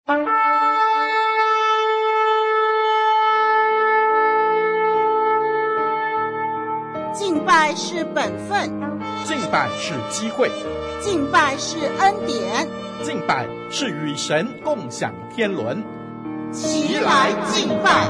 敬拜是本分， 敬拜是机会， 敬拜是恩典， 敬拜是与神共享天伦。 齐来敬拜。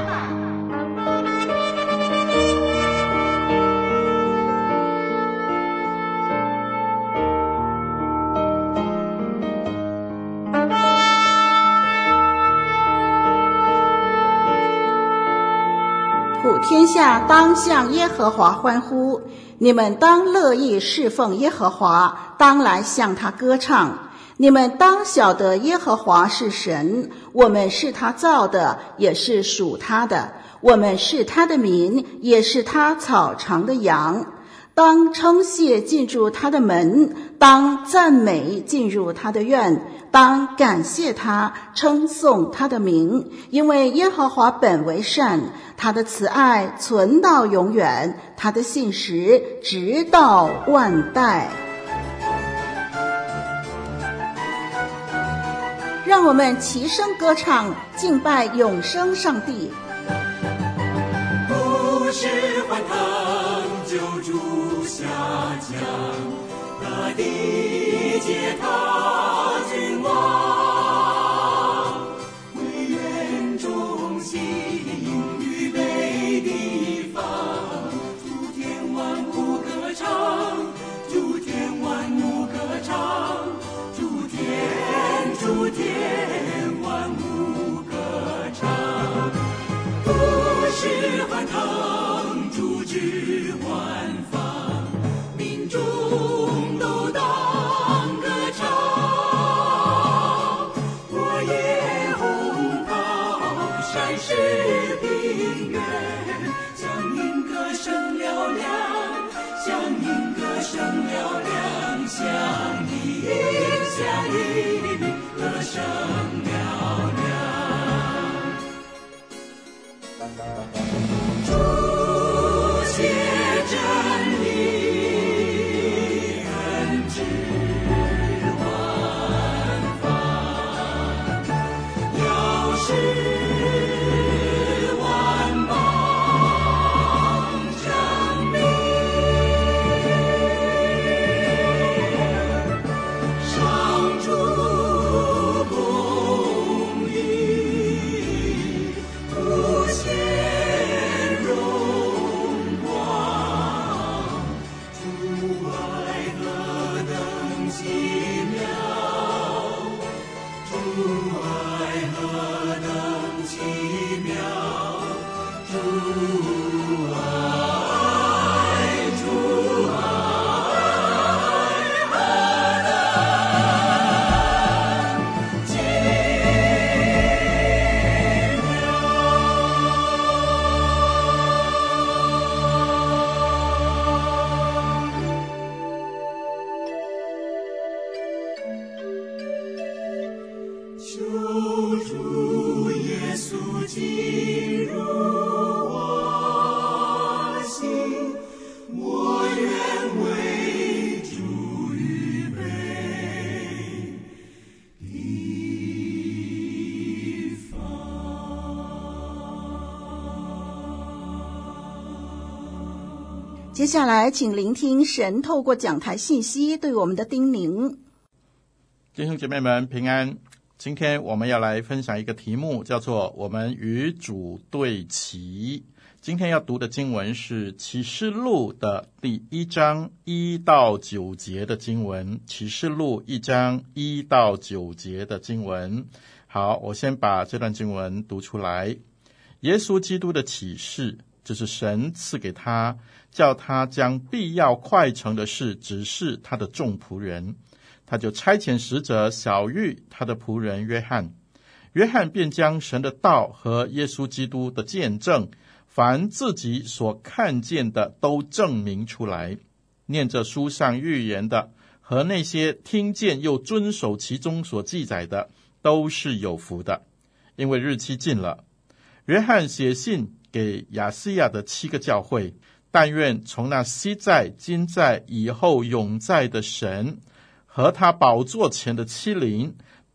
普天下当向耶和华欢呼，你们当乐意侍奉耶和华，当来向他歌唱。你们当晓得耶和华是神，我们是他造的，也是属他的，我们是他的民，也是他草场的羊。当称谢进入他的门，当赞美进入他的院，当感谢他，称颂他的名，因为耶和华本为善，他的慈爱存到永远，他的信实直到万代。让我们齐声歌唱，敬拜永生上帝。 不是欢腾救主下降，大地皆他君王，为愿众星预备地方，诸天万物歌唱，诸天万物歌唱，诸天万物歌唱，不是欢腾主之万方，民众都当歌唱，我也洪涛山势平原，向您歌声嘹亮，向您歌声嘹亮，向您歌声嘹亮。主写真理，恩知万方，要使万邦争鸣，上主公义，无限荣光，主爱何等奇妙，主爱何等奇妙，主爱何等奇求主耶稣进入我心，我愿为主预备地方。 接下来请聆听神透过讲台信息对我们的叮咛。 弟兄姐妹们平安，今天我们要来分享一个题目，叫做我们与主对齐。今天要读的经文是启示录的第1章1到9节的经文，启示录1章1到9节的经文。好，我先把这段经文读出来。耶稣基督的启示，就是神赐给他，叫他将必要快成的事指示他的众仆人。他就差遣使者晓谕他的仆人约翰，约翰便将神的道和耶稣基督的见证，凡自己所看见的都证明出来。念着书上预言的和那些听见又遵守其中所记载的，都是有福的，因为日期近了。约翰写信给亚细亚的7个教会，但愿从那昔在、今在、以后永在的神和他宝座前的7灵，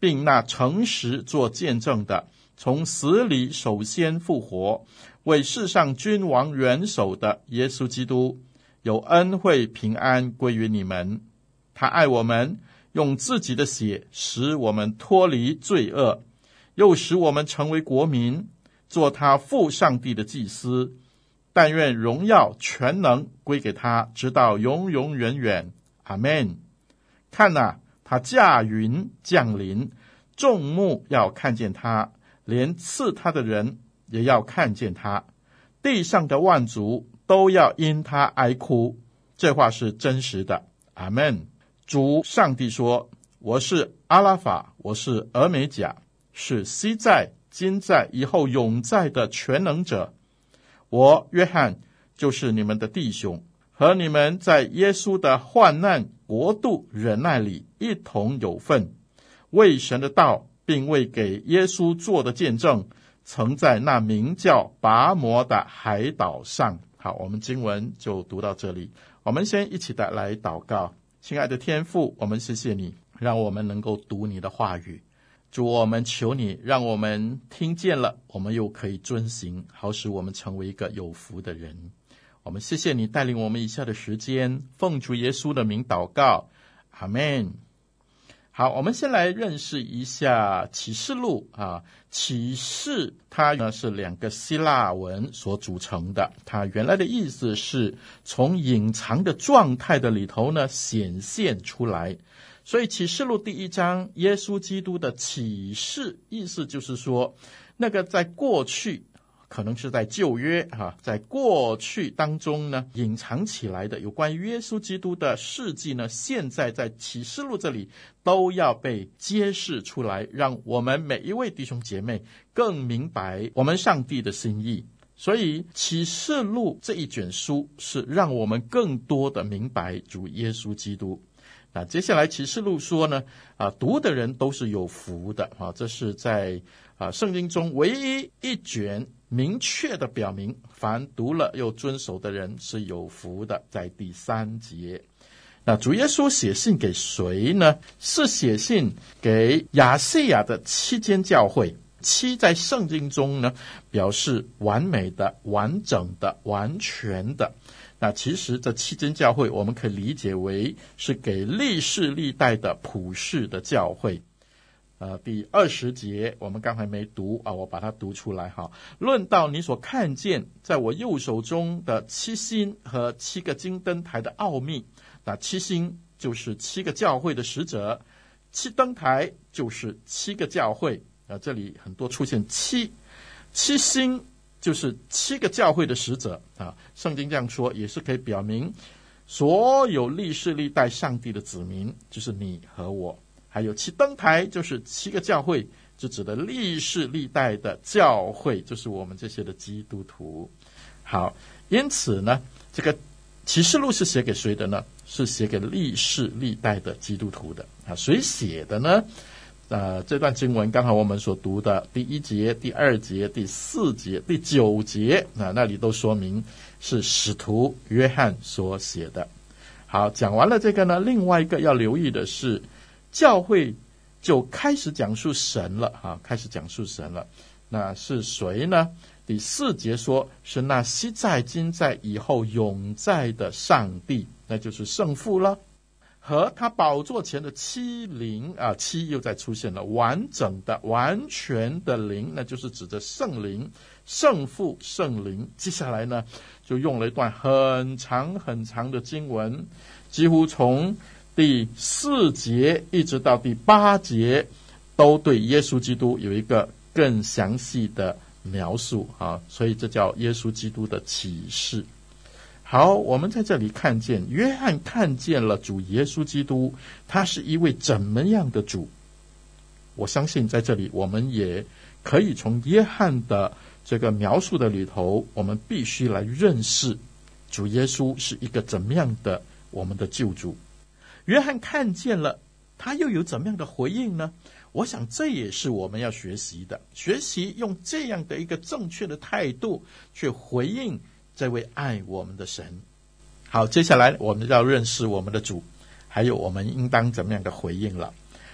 并那诚实做见证的，从死里首先复活，为世上君王元首的耶稣基督，有恩惠平安归于你们。他爱我们，用自己的血使我们脱离罪恶，又使我们成为国民，做他父上帝的祭司。但愿荣耀全能归给他，直到永永远远。阿们。看哪，他驾云降临，众目要看见他，连刺他的人也要看见他，地上的万族都要因他哀哭。这话是真实的。阿们。主上帝说，我是阿拉法，我是俄美甲，是昔在今在以后永在的全能者。我约翰就是你们的弟兄，和你们在耶稣的患难国度忍耐里一同有份，为神的道并为给耶稣做的见证，曾在那名叫拔摩的海岛上。好，我们经文就读到这里。我们先一起的来祷告。亲爱的天父，我们谢谢你，让我们能够读你的话语。主，我们求你让我们听见了，我们又可以遵行，好使我们成为一个有福的人。我们谢谢你带领我们以下的时间，奉主耶稣的名祷告，阿们。好，我们先来认识一下启示录启示它呢是2个希腊文所组成的，它原来的意思是从隐藏的状态的里头呢显现出来。所以启示录第1章耶稣基督的启示，意思就是说，那个在过去，可能是在旧约在过去当中呢隐藏起来的有关于耶稣基督的事迹呢，现在在启示录这里都要被揭示出来，让我们每一位弟兄姐妹更明白我们上帝的心意。所以启示录这一卷书是让我们更多的明白主耶稣基督。那接下来启示录说呢读的人都是有福的这是在圣经中唯一一卷明确的表明，凡读了又遵守的人是有福的，在第3节。那主耶稣写信给谁呢？是写信给亚细亚的7间教会。7在圣经中呢表示完美的、完整的、完全的。那其实这7间教会我们可以理解为是给历世历代的普世的教会。第20节我们刚才没读我把它读出来论到你所看见在我右手中的7星和7个金灯台的奥秘。那7星就是7个教会的使者，7灯台就是7个教会这里很多出现7星就是7个教会的使者圣经这样说也是可以表明所有历世历代上帝的子民，就是你和我。还有7灯台就是7个教会，就指的历世历代的教会，就是我们这些的基督徒。好，因此呢这个启示录是写给谁的呢？是写给历世历代的基督徒的谁写的呢？这段经文刚好我们所读的第1节、第2节、第4节、第9节那里都说明是使徒约翰所写的。好，讲完了这个呢，另外一个要留意的是教会就开始讲述神了开始讲述神了。那是谁呢？第4节说是那昔在今在以后永在的上帝，那就是圣父了，和他宝座前的7灵7又再出现了，完整的完全的灵，那就是指着圣灵、圣父、圣灵。接下来呢就用了一段很长很长的经文，几乎从第4节一直到第8节都对耶稣基督有一个更详细的描述所以这叫耶稣基督的启示。好，我们在这里看见约翰看见了主耶稣基督，他是一位怎么样的主。我相信在这里我们也可以从约翰的这个描述的里头，我们必须来认识主耶稣是一个怎么样的我们的救主。约翰看见了，他又有怎么样的回应呢？我想这也是我们要学习的，学习用这样的一个正确的态度去回应这位爱我们的神。好，接下来我们要认识我们的主，还有我们应当怎么样的回应了。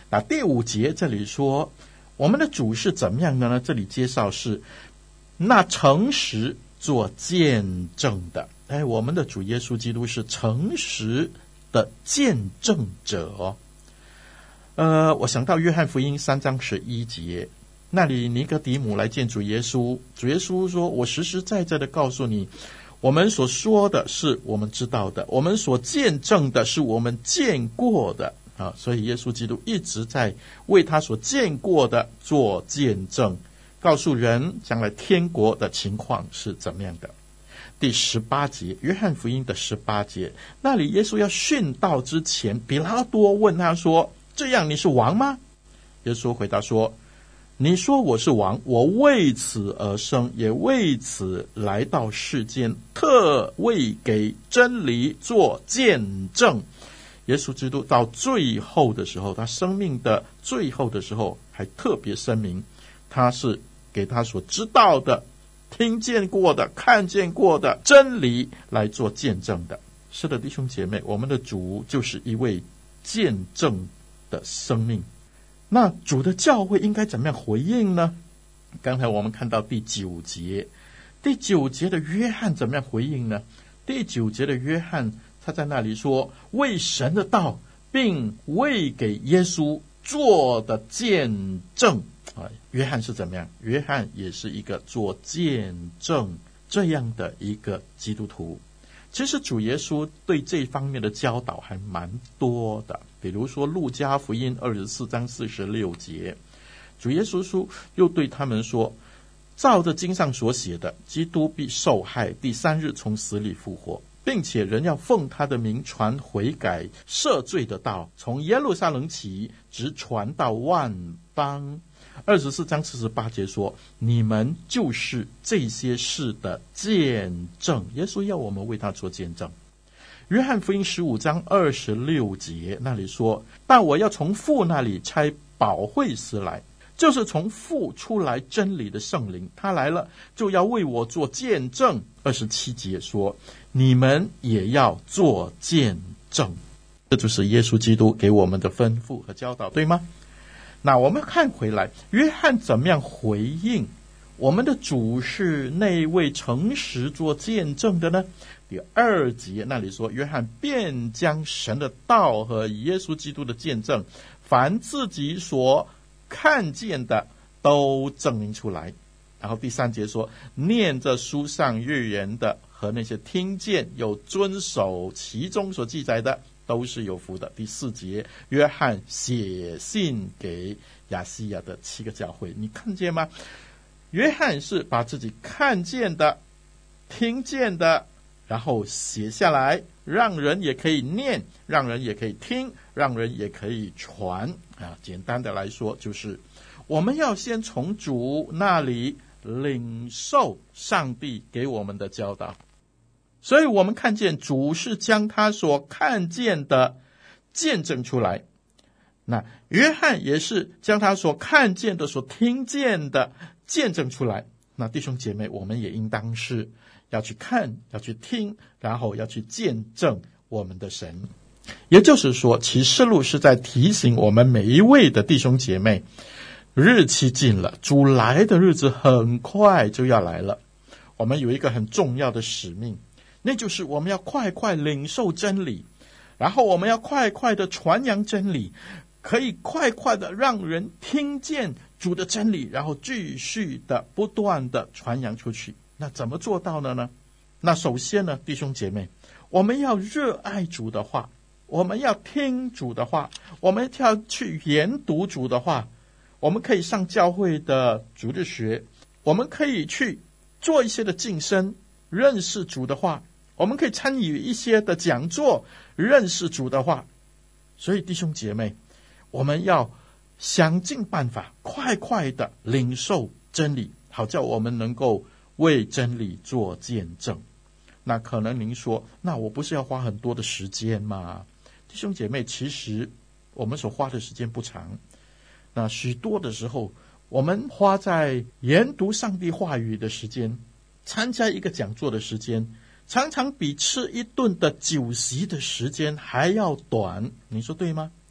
那第5节这里说我们的主是怎么样的呢？这里介绍是那诚实做见证的。我们的主耶稣基督是诚实的见证者。我想到约翰福音3章11节，那里尼哥底母来见主耶稣，主耶稣说，我实实在在的告诉你，我们所说的是我们知道的，我们所见证的是我们见过的。所以耶稣基督一直在为他所见过的做见证，告诉人将来天国的情况是怎么样的。第18节，约翰福音的18节，那里耶稣要殉道之前，比拉多问他说，这样你是王吗？耶稣回答说，你说我是王，我为此而生，也为此来到世间，特为给真理做见证。耶稣基督到最后的时候，他生命的最后的时候，还特别声明，他是给他所知道的、听见过的、看见过的真理来做见证的。是的，弟兄姐妹，我们的主就是一位见证的生命。那主的教会应该怎么样回应呢？刚才我们看到第9节，第9节的约翰怎么样回应呢？第9节的约翰他在那里说，为神的道并为给耶稣做的见证。约翰是怎么样？约翰也是一个做见证这样的一个基督徒。其实主耶稣对这方面的教导还蛮多的，比如说路加福音24章46节，主耶稣又对他们说，照着经上所写的，基督必受害，第3日从死里复活，并且人要奉他的名传悔改赦罪的道，从耶路撒冷起，直传到万邦。24章48节说，你们就是这些事的见证。耶稣要我们为他做见证。约翰福音15章26节那里说，但我要从父那里差保惠师来，就是从父出来真理的圣灵，他来了就要为我做见证。27节说，你们也要做见证。这就是耶稣基督给我们的吩咐和教导，对吗？那我们看回来，约翰怎么样回应我们的主是那位诚实做见证的呢？第2节那里说，约翰便将神的道和耶稣基督的见证，凡自己所看见的都证明出来。然后第3节说，念着书上预言的和那些听见又遵守其中所记载的，都是有福的。第4节，约翰写信给亚细亚的7个教会，你看见吗？约翰是把自己看见的、听见的，然后写下来，让人也可以念，让人也可以听，让人也可以传。简单的来说，就是我们要先从主那里领受上帝给我们的教导。所以我们看见主是将他所看见的见证出来，那约翰也是将他所看见的、所听见的见证出来。那弟兄姐妹，我们也应当是要去看、要去听，然后要去见证我们的神。也就是说，启示录是在提醒我们每一位的弟兄姐妹，日期近了，主来的日子很快就要来了。我们有一个很重要的使命，那就是我们要快快领受真理，然后我们要快快的传扬真理，可以快快的让人听见主的真理，然后继续的不断的传扬出去。那怎么做到的呢？那首先呢，弟兄姐妹，我们要热爱主的话，我们要听主的话，我们要去研读主的话。我们可以上教会的主日学，我们可以去做一些的晋升，认识主的话，我们可以参与一些的讲座，认识主的话。所以弟兄姐妹，我们要想尽办法快快的领受真理，好叫我们能够为真理做见证。那可能您说，那我不是要花很多的时间吗？弟兄姐妹，其实我们所花的时间不长。那许多的时候，我们花在研读上帝话语的时间，参加一个讲座的时间，常常比吃一顿的酒席的时间还要短。你说对吗？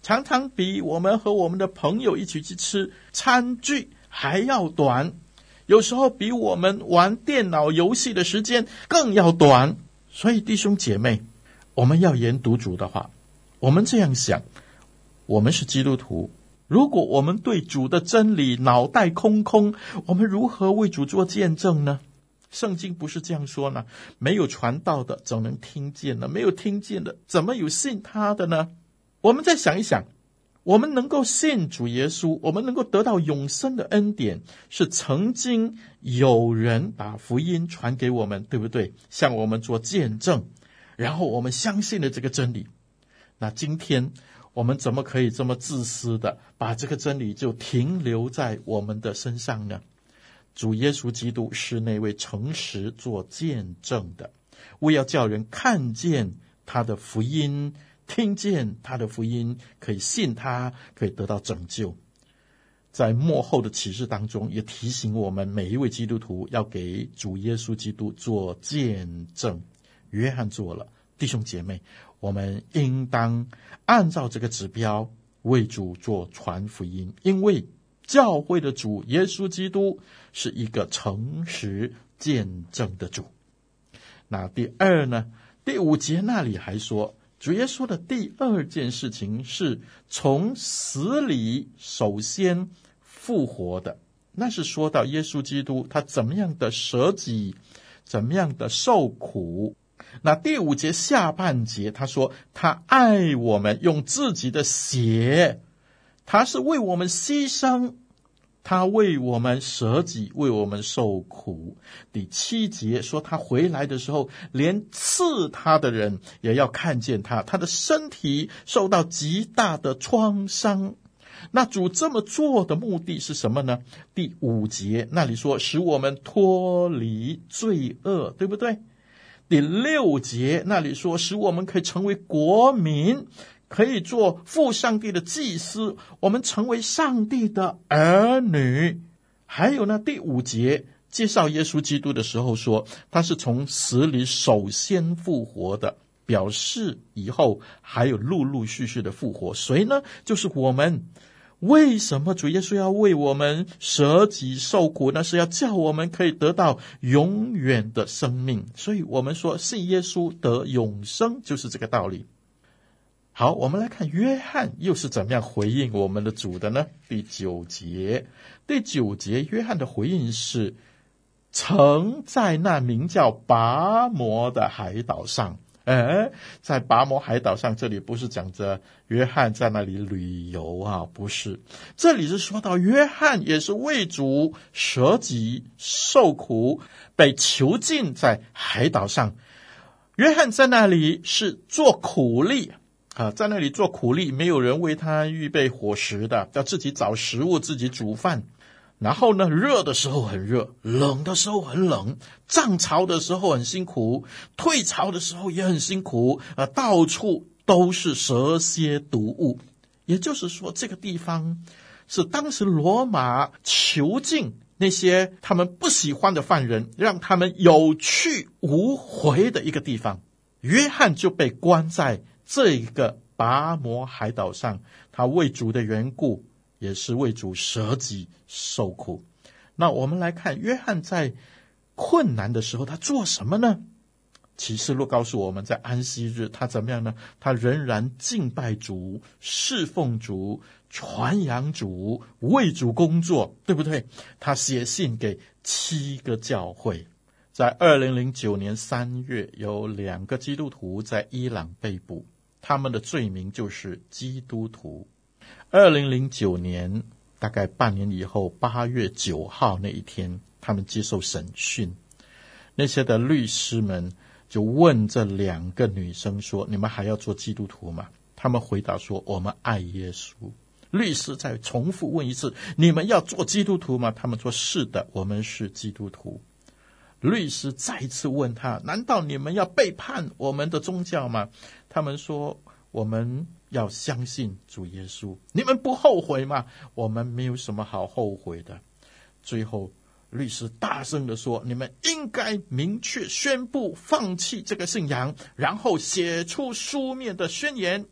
常常比我们和我们的朋友一起去吃餐具还要短，有时候比我们玩电脑游戏的时间更要短。所以弟兄姐妹，我们要研读主的话，我们这样想，我们是基督徒，如果我们对主的真理脑袋空空，我们如何为主做见证呢？圣经不是这样说呢？没有传道的怎能听见呢？没有听见的怎么有信他的呢？我们再想一想，我们能够信主耶稣，我们能够得到永生的恩典，是曾经有人把福音传给我们，对不对？向我们做见证，然后我们相信了这个真理。那今天我们怎么可以这么自私的把这个真理就停留在我们的身上呢？主耶稣基督是那位诚实做见证的，为要叫人看见他的福音，听见他的福音，可以信他，可以得到拯救。在末后的启示当中，也提醒我们每一位基督徒要给主耶稣基督做见证。约翰做了，弟兄姐妹，我们应当按照这个指标为主做传福音，因为教会的主耶稣基督是一个诚实见证的主。那第二呢，第5节那里还说，主耶稣的第2件事情是从死里首先复活的，那是说到耶稣基督他怎么样的舍己，怎么样的受苦。那第5节下半节他说，他爱我们，用自己的血，他是为我们牺牲，他为我们舍己，为我们受苦。第7节说，他回来的时候，连刺他的人也要看见他，他的身体受到极大的创伤。那主这么做的目的是什么呢？第5节那里说，使我们脱离罪恶，对不对？第6节那里说，使我们可以成为国民，可以做父上帝的祭司，我们成为上帝的儿女。还有呢，第5节介绍耶稣基督的时候说，他是从死里首先复活的，表示以后还有陆陆续续的复活。谁呢？就是我们。为什么主耶稣要为我们舍己受苦呢？是要叫我们可以得到永远的生命。所以我们说信耶稣得永生，就是这个道理。好，我们来看约翰又是怎么样回应我们的主的呢？第9节，约翰的回应是，曾在那名叫拔摩的海岛上。在拔摩海岛上，这里不是讲着约翰在那里旅游啊，不是，这里是说到约翰也是为主舍己受苦，被囚禁在海岛上。约翰在那里是做苦力在那里做苦力，没有人为他预备伙食的，要自己找食物，自己煮饭。然后呢，热的时候很热，冷的时候很冷，涨潮的时候很辛苦，退潮的时候也很辛苦，到处都是蛇蝎毒物。也就是说，这个地方是当时罗马囚禁那些他们不喜欢的犯人，让他们有去无回的一个地方。约翰就被关在这个拔摩海岛上，他为主的缘故，也是为主舍己受苦。那我们来看约翰在困难的时候他做什么呢？启示录告诉我们，在安息日他怎么样呢？他仍然敬拜主，侍奉主，传扬主，为主工作，对不对？他写信给7个教会。在2009年3月，有2个基督徒在伊朗被捕，他们的罪名就是基督徒。2009年大概半年以后，8月9号那一天，他们接受审讯。那些的律师们就问这2个女生说，你们还要做基督徒吗？他们回答说，我们爱耶稣。律师再重复问一次，你们要做基督徒吗？他们说，是的，我们是基督徒。律师再一次问他，难道你们要背叛我们的宗教吗？他们说，我们要相信主耶稣。你们不后悔吗？我们没有什么好后悔的。最后律师大声地说，你们应该明确宣布放弃这个信仰，然后写出书面的宣言。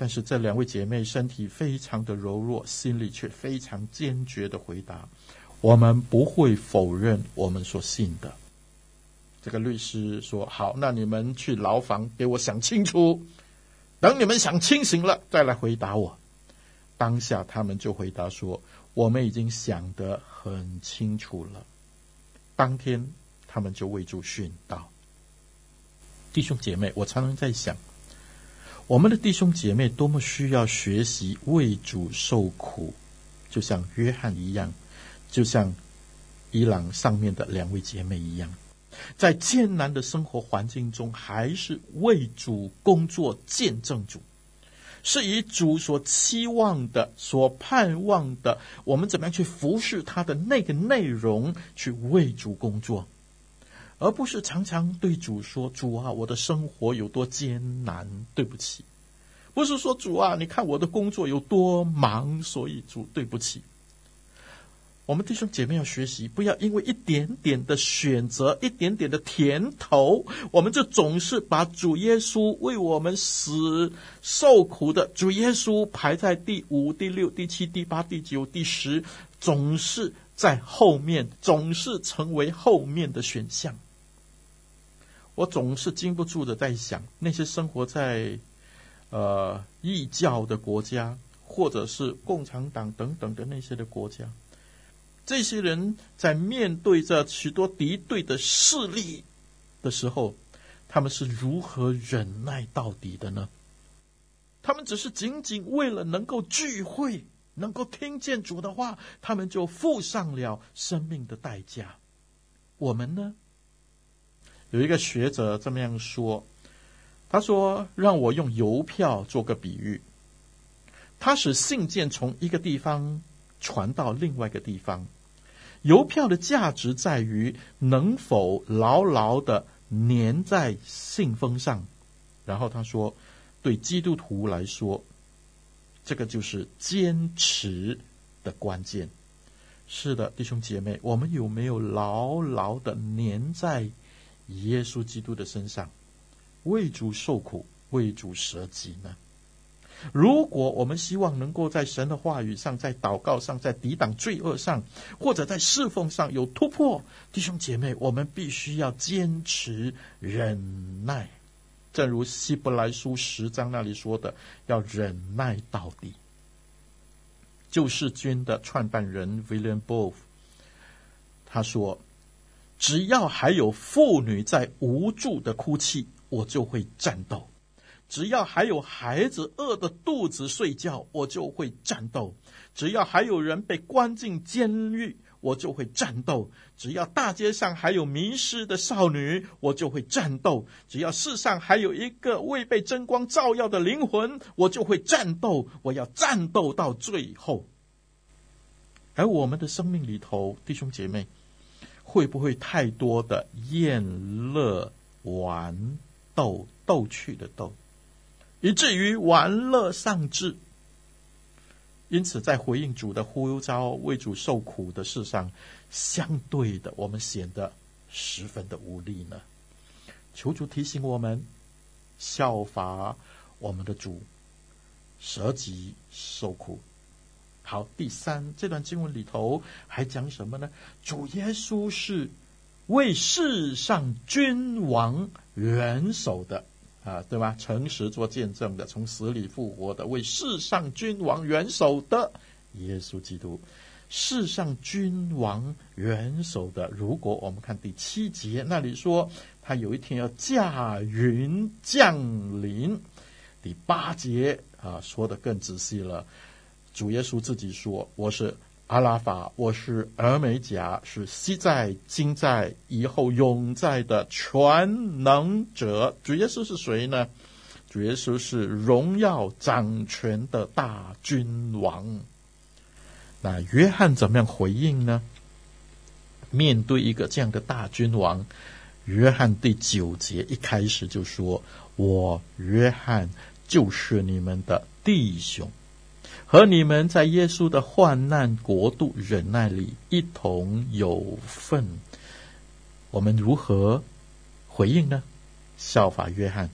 但是这两位姐妹身体非常的柔弱，心里却非常坚决的回答：我们不会否认我们所信的。这个律师说：好，那你们去牢房给我想清楚，等你们想清醒了再来回答我。当下他们就回答说：我们已经想得很清楚了。当天他们就为主殉道。弟兄姐妹，我常常在想，我们的弟兄姐妹多么需要学习为主受苦，就像约翰一样，就像伊朗上面的两位姐妹一样，在艰难的生活环境中还是为主工作，见证主，是以主所期望的，所盼望的，我们怎么样去服侍他的那个内容去为主工作，而不是常常对主说：主啊，我的生活有多艰难，对不起。不是说主啊，你看我的工作有多忙，所以主对不起。我们弟兄姐妹要学习，不要因为一点点的选择，一点点的甜头，我们就总是把主耶稣为我们死受苦的主耶稣排在第5、第6、第7、第8、第9、第10，总是在后面，总是成为后面的选项。我总是禁不住的在想，那些生活在异教的国家，或者是共产党等等的那些的国家，这些人在面对着许多敌对的势力的时候，他们是如何忍耐到底的呢？他们只是仅仅为了能够聚会，能够听见主的话，他们就付上了生命的代价。我们呢？有一个学者这么样说，他说：让我用邮票做个比喻，它使信件从一个地方传到另外一个地方。邮票的价值在于能否牢牢的粘在信封上。然后他说，对基督徒来说，这个就是坚持的关键。是的，弟兄姐妹，我们有没有牢牢的粘在耶稣基督的身上，为主受苦，为主舍己呢？如果我们希望能够在神的话语上，在祷告上，在抵挡罪恶上，或者在侍奉上有突破，弟兄姐妹，我们必须要坚持忍耐。正如希伯来书10章那里说的，要忍耐到底。救世军的创办人 William Booth 他说，只要还有妇女在无助的哭泣，我就会战斗；只要还有孩子饿得肚子睡觉，我就会战斗；只要还有人被关进监狱，我就会战斗；只要大街上还有迷失的少女，我就会战斗；只要世上还有一个未被真光照耀的灵魂，我就会战斗。我要战斗到最后。而我们的生命里头，弟兄姐妹，会不会太多的厌乐玩斗，逗趣的斗，以至于玩乐丧志？因此在回应主的呼召，为主受苦的事上，相对的我们显得十分的无力呢。求主提醒我们，效法我们的主，舍己受苦。好，第3，这段经文里头还讲什么呢？主耶稣是为世上君王元首的对吧？诚实做见证的，从死里复活的，为世上君王元首的耶稣基督。世上君王元首的，如果我们看第7节那里说，他有一天要驾云降临。第8节说得更仔细了，主耶稣自己说，我是阿拉法，我是俄梅甲，是昔在今在以后永在的全能者。主耶稣是谁呢？主耶稣是荣耀掌权的大君王。那约翰怎么样回应呢？面对一个这样的大君王，约翰第9节一开始就说，我约翰就是你们的弟兄，和你们在耶稣的患难国度忍耐里一同有份。我们如何回应呢？效法约翰，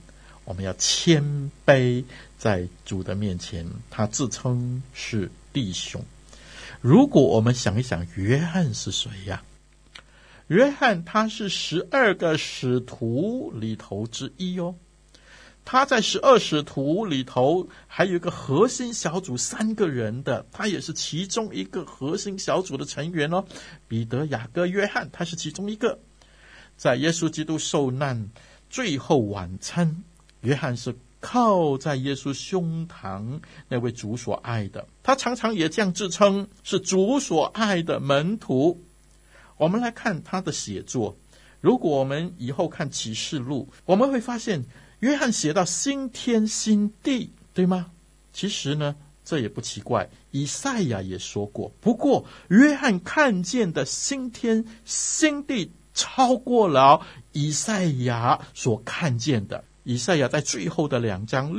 我们要谦卑在主的面前，他自称是弟兄。如果我们想一想，约翰是谁呀？约翰他是12个使徒里头之一哦。他在12使徒里头还有一个核心小组3个人的，他也是其中一个核心小组的成员哦。彼得、雅各、约翰，他是其中一个。在耶稣基督受难最后晚餐，约翰是靠在耶稣胸膛那位主所爱的，他常常也这样自称是主所爱的门徒。我们来看他的写作，如果我们以后看启示录，我们会发现约翰写到新天新地，对吗？其实呢，这也不奇怪，以赛亚也说过。不过约翰看见的新天新地超过了以赛亚所看见的。以赛亚在最后的2章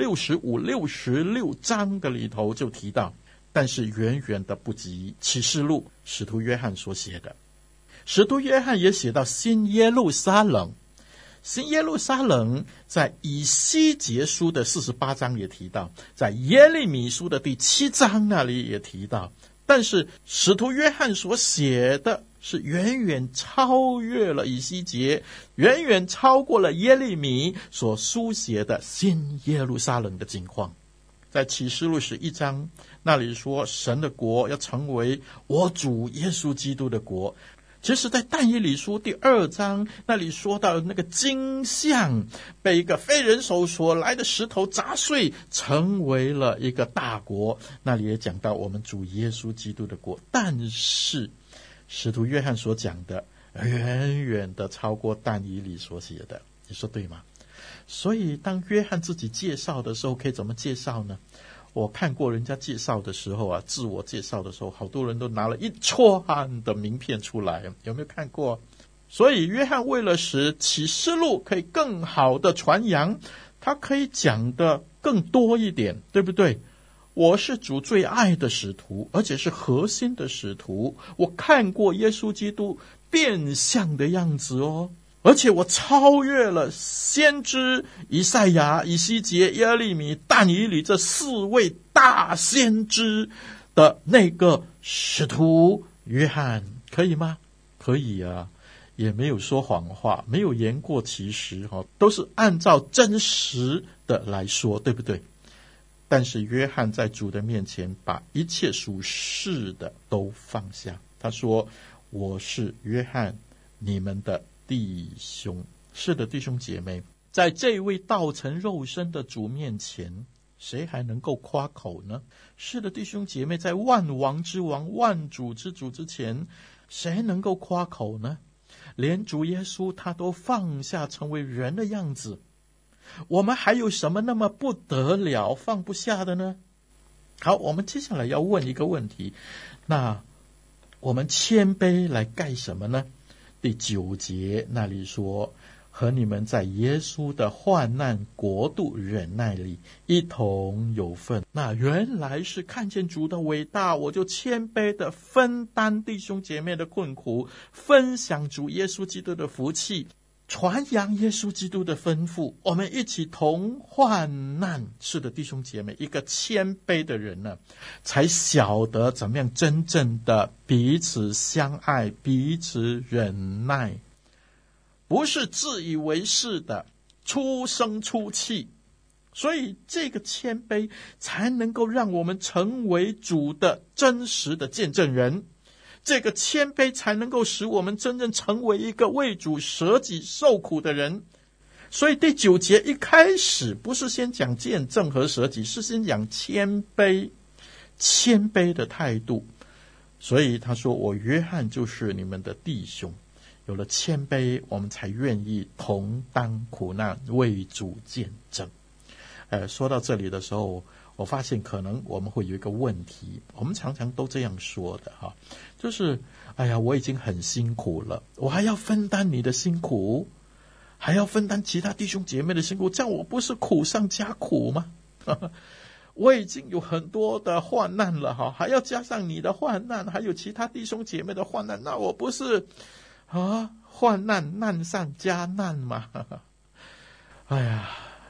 65、66章的里头就提到，但是远远的不及启示录使徒约翰所写的。使徒约翰也写到新耶路撒冷，新耶路撒冷在以西结书的48章也提到，在耶利米书的第7章那里也提到，但是使徒约翰所写的是远远超越了以西结，远远超过了耶利米所书写的新耶路撒冷的境况。在启示录11章那里说，神的国要成为我主耶稣基督的国。其实在但以理书第2章那里说到那个金像被一个非人手所来的石头砸碎，成为了一个大国，那里也讲到我们主耶稣基督的国。但是使徒约翰所讲的远远的超过但以理所写的，你说对吗？所以当约翰自己介绍的时候，可以怎么介绍呢？我看过人家介绍的时候啊，自我介绍的时候，好多人都拿了一串的名片出来，有没有看过？所以约翰为了使启示录可以更好的传扬，他可以讲的更多一点，对不对？我是主最爱的使徒，而且是核心的使徒，我看过耶稣基督变相的样子哦，而且我超越了先知以赛亚、以西结、耶利米、但以理这4位大先知的那个使徒约翰，可以吗？可以啊，也没有说谎话，没有言过其实，都是按照真实的来说，对不对？但是约翰在主的面前把一切属世的都放下，他说，我是约翰，你们的弟兄。是的，弟兄姐妹，在这位道成肉身的主面前，谁还能够夸口呢？是的，弟兄姐妹，在万王之王、万主之主之前，谁能够夸口呢？连主耶稣他都放下成为人的样子，我们还有什么那么不得了放不下的呢？好，我们接下来要问一个问题，那我们谦卑来干什么呢？第9节那里说，和你们在耶稣的患难国度忍耐里一同有份。那原来是看见主的伟大，我就谦卑的分担弟兄姐妹的困苦，分享主耶稣基督的福气，传扬耶稣基督的吩咐，我们一起同患难。是的，弟兄姐妹，一个谦卑的人呢，才晓得怎么样真正的彼此相爱，彼此忍耐，不是自以为是的出声出气。所以这个谦卑才能够让我们成为主的真实的见证人，这个谦卑才能够使我们真正成为一个为主舍己受苦的人。所以第9节一开始不是先讲见证和舍己，是先讲谦卑，谦卑的态度。所以他说，我约翰就是你们的弟兄。有了谦卑，我们才愿意同当苦难，为主见证。说到这里的时候，我发现可能我们会有一个问题，我们常常都这样说的哈，就是哎呀，我已经很辛苦了，我还要分担你的辛苦，还要分担其他弟兄姐妹的辛苦，这样我不是苦上加苦吗？我已经有很多的患难了哈，还要加上你的患难，还有其他弟兄姐妹的患难，那我不是患难难上加难吗？哎呀，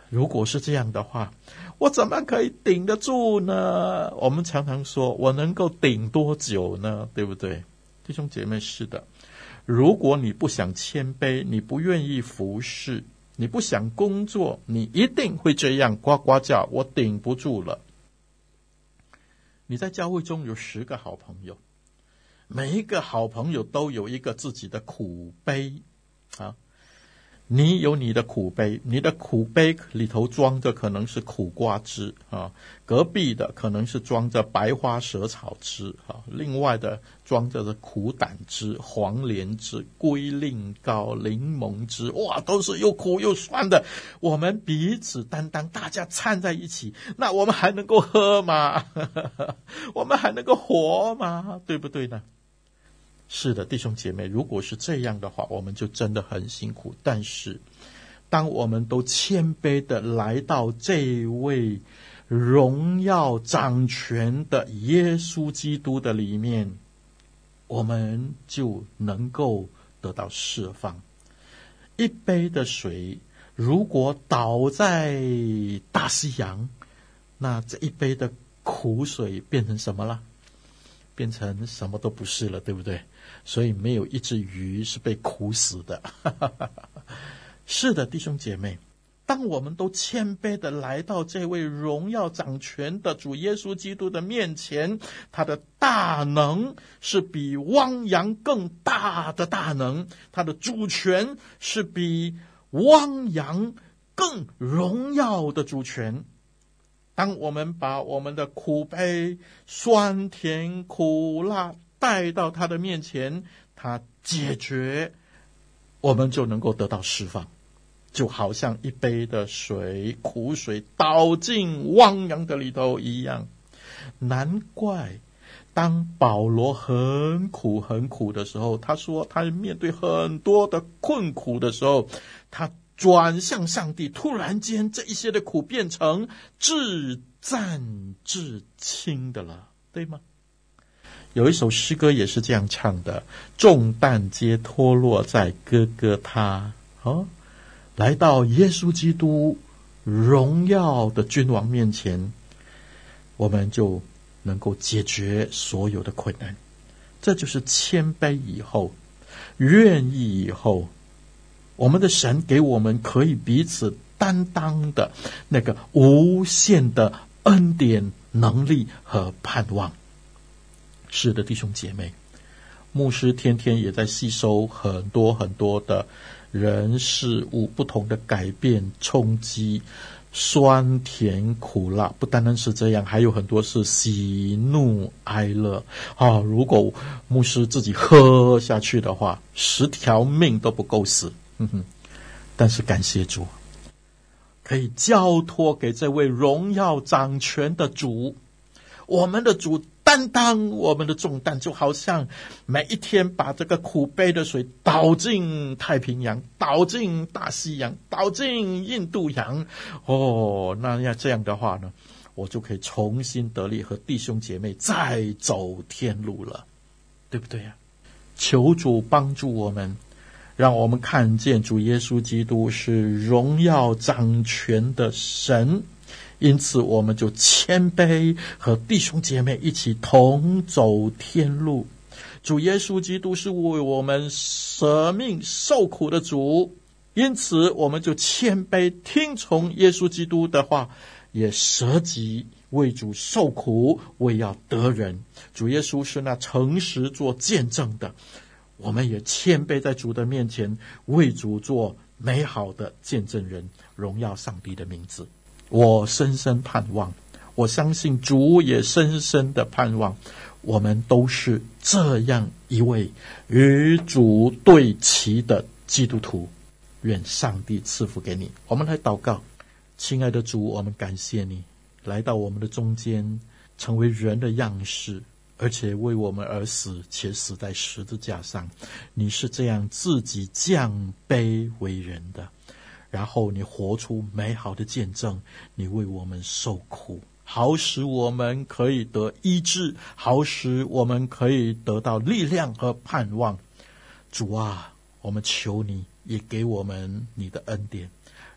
如果是这样的话，我怎么可以顶得住呢？我们常常说，我能够顶多久呢？对不对？弟兄姐妹，是的。如果你不想谦卑，你不愿意服侍，你不想工作，你一定会这样呱呱叫，我顶不住了。你在教会中有10个好朋友，每一个好朋友都有一个自己的苦杯啊。你有你的苦杯，你的苦杯里头装着可能是苦瓜汁啊，隔壁的可能是装着白花蛇草汁啊，另外的装着的苦胆汁、黄连汁、龟苓膏、柠檬汁，哇，都是又苦又酸的。我们彼此担当，大家掺在一起，那我们还能够喝吗？我们还能够活吗？对不对呢？是的，弟兄姐妹，如果是这样的话，我们就真的很辛苦。但是当我们都谦卑的来到这位荣耀掌权的耶稣基督的里面，我们就能够得到释放。一杯的水如果倒在大西洋，那这一杯的苦水变成什么了？变成什么都不是了，对不对？所以没有一只鱼是被苦死的。是的，弟兄姐妹，当我们都谦卑的来到这位荣耀掌权的主耶稣基督的面前，他的大能是比汪洋更大的大能，他的主权是比汪洋更荣耀的主权。当我们把我们的苦悲、酸甜苦辣带到他的面前，他解决，我们就能够得到释放。就好像一杯的水，苦水倒进汪洋的里头一样。难怪当保罗很苦很苦的时候，他说他面对很多的困苦的时候，他转向上帝，突然间这一些的苦变成至赞至轻的了，对吗？有一首诗歌也是这样唱的，重担皆脱落在哥哥他，来到耶稣基督荣耀的君王面前，我们就能够解决所有的困难。这就是谦卑以后，愿意以后，我们的神给我们可以彼此担当的那个无限的恩典、能力和盼望。是的，弟兄姐妹，牧师天天也在吸收很多很多的人事物不同的改变、冲击、酸甜苦辣，不单单是这样，还有很多是喜怒哀乐如果牧师自己喝下去的话，10条命都不够死。但是感谢主，可以交托给这位荣耀掌权的主，我们的主担当我们的重担，就好像每一天把这个苦杯的水倒进太平洋，倒进大西洋，倒进印度洋。那要这样的话呢，我就可以重新得力，和弟兄姐妹再走天路了，对不对呀？求主帮助我们，让我们看见主耶稣基督是荣耀掌权的神，因此我们就谦卑，和弟兄姐妹一起同走天路。主耶稣基督是为我们舍命受苦的主，因此我们就谦卑听从耶稣基督的话，也舍己为主受苦，为要得人。主耶稣是那诚实做见证的，我们也谦卑在主的面前，为主做美好的见证人，荣耀上帝的名字。我深深盼望，我相信主也深深的盼望，我们都是这样一位与主对齐的基督徒。愿上帝赐福给你。我们来祷告。亲爱的主，我们感谢你来到我们的中间，成为人的样式，而且为我们而死，且死在十字架上。你是这样自己降卑为人的，然后你活出美好的见证，你为我们受苦，好使我们可以得医治，好使我们可以得到力量和盼望。主啊，我们求你也给我们你的恩典，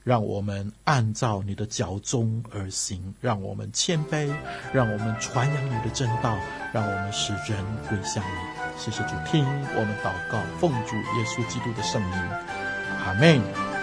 让我们按照你的脚踪而行，让我们谦卑，让我们传扬你的真道，让我们使人归向你。谢谢主，听我们祷告，奉主耶稣基督的圣名，阿们。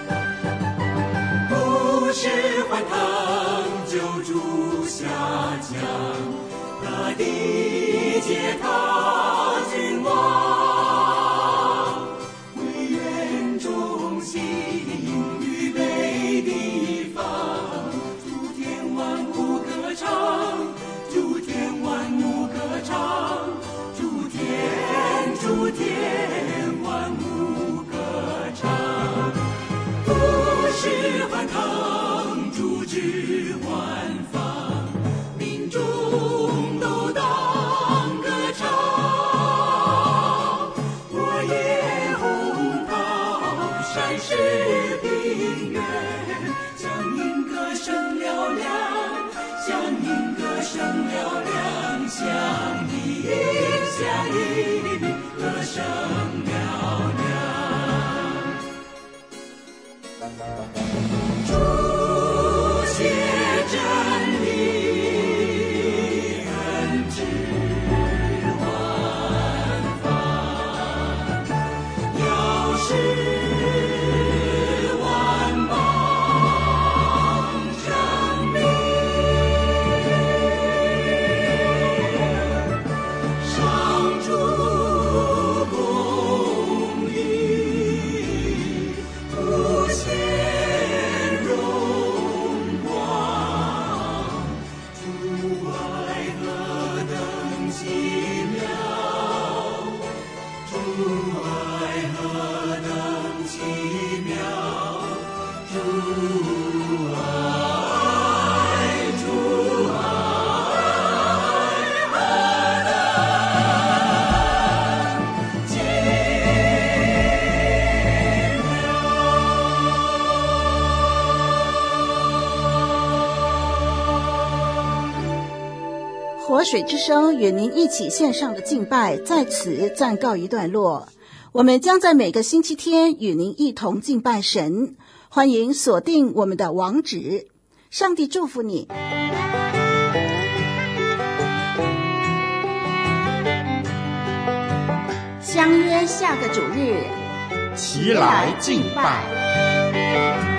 不是欢腾救主下降，大地皆他君王，为愿中心预备地方，诸天万物歌唱，诸天万物歌唱，诸天万物歌唱。不是欢腾主之万方，民众都当歌唱。我也洪涛山势平原，向您歌声嘹亮，向您歌声嘹亮，向您歌声嘹亮。主写真理，恩知万方，要使万邦生民，上主公义，无限荣光，主爱何等奇妙，主爱何等奇妙，主爱何等奇活水之声与您一起线上的敬拜在此暂告一段落，我们将在每个星期天与您一同敬拜神，欢迎锁定我们的网址。上帝祝福你。相约下个主日， 齐来敬拜。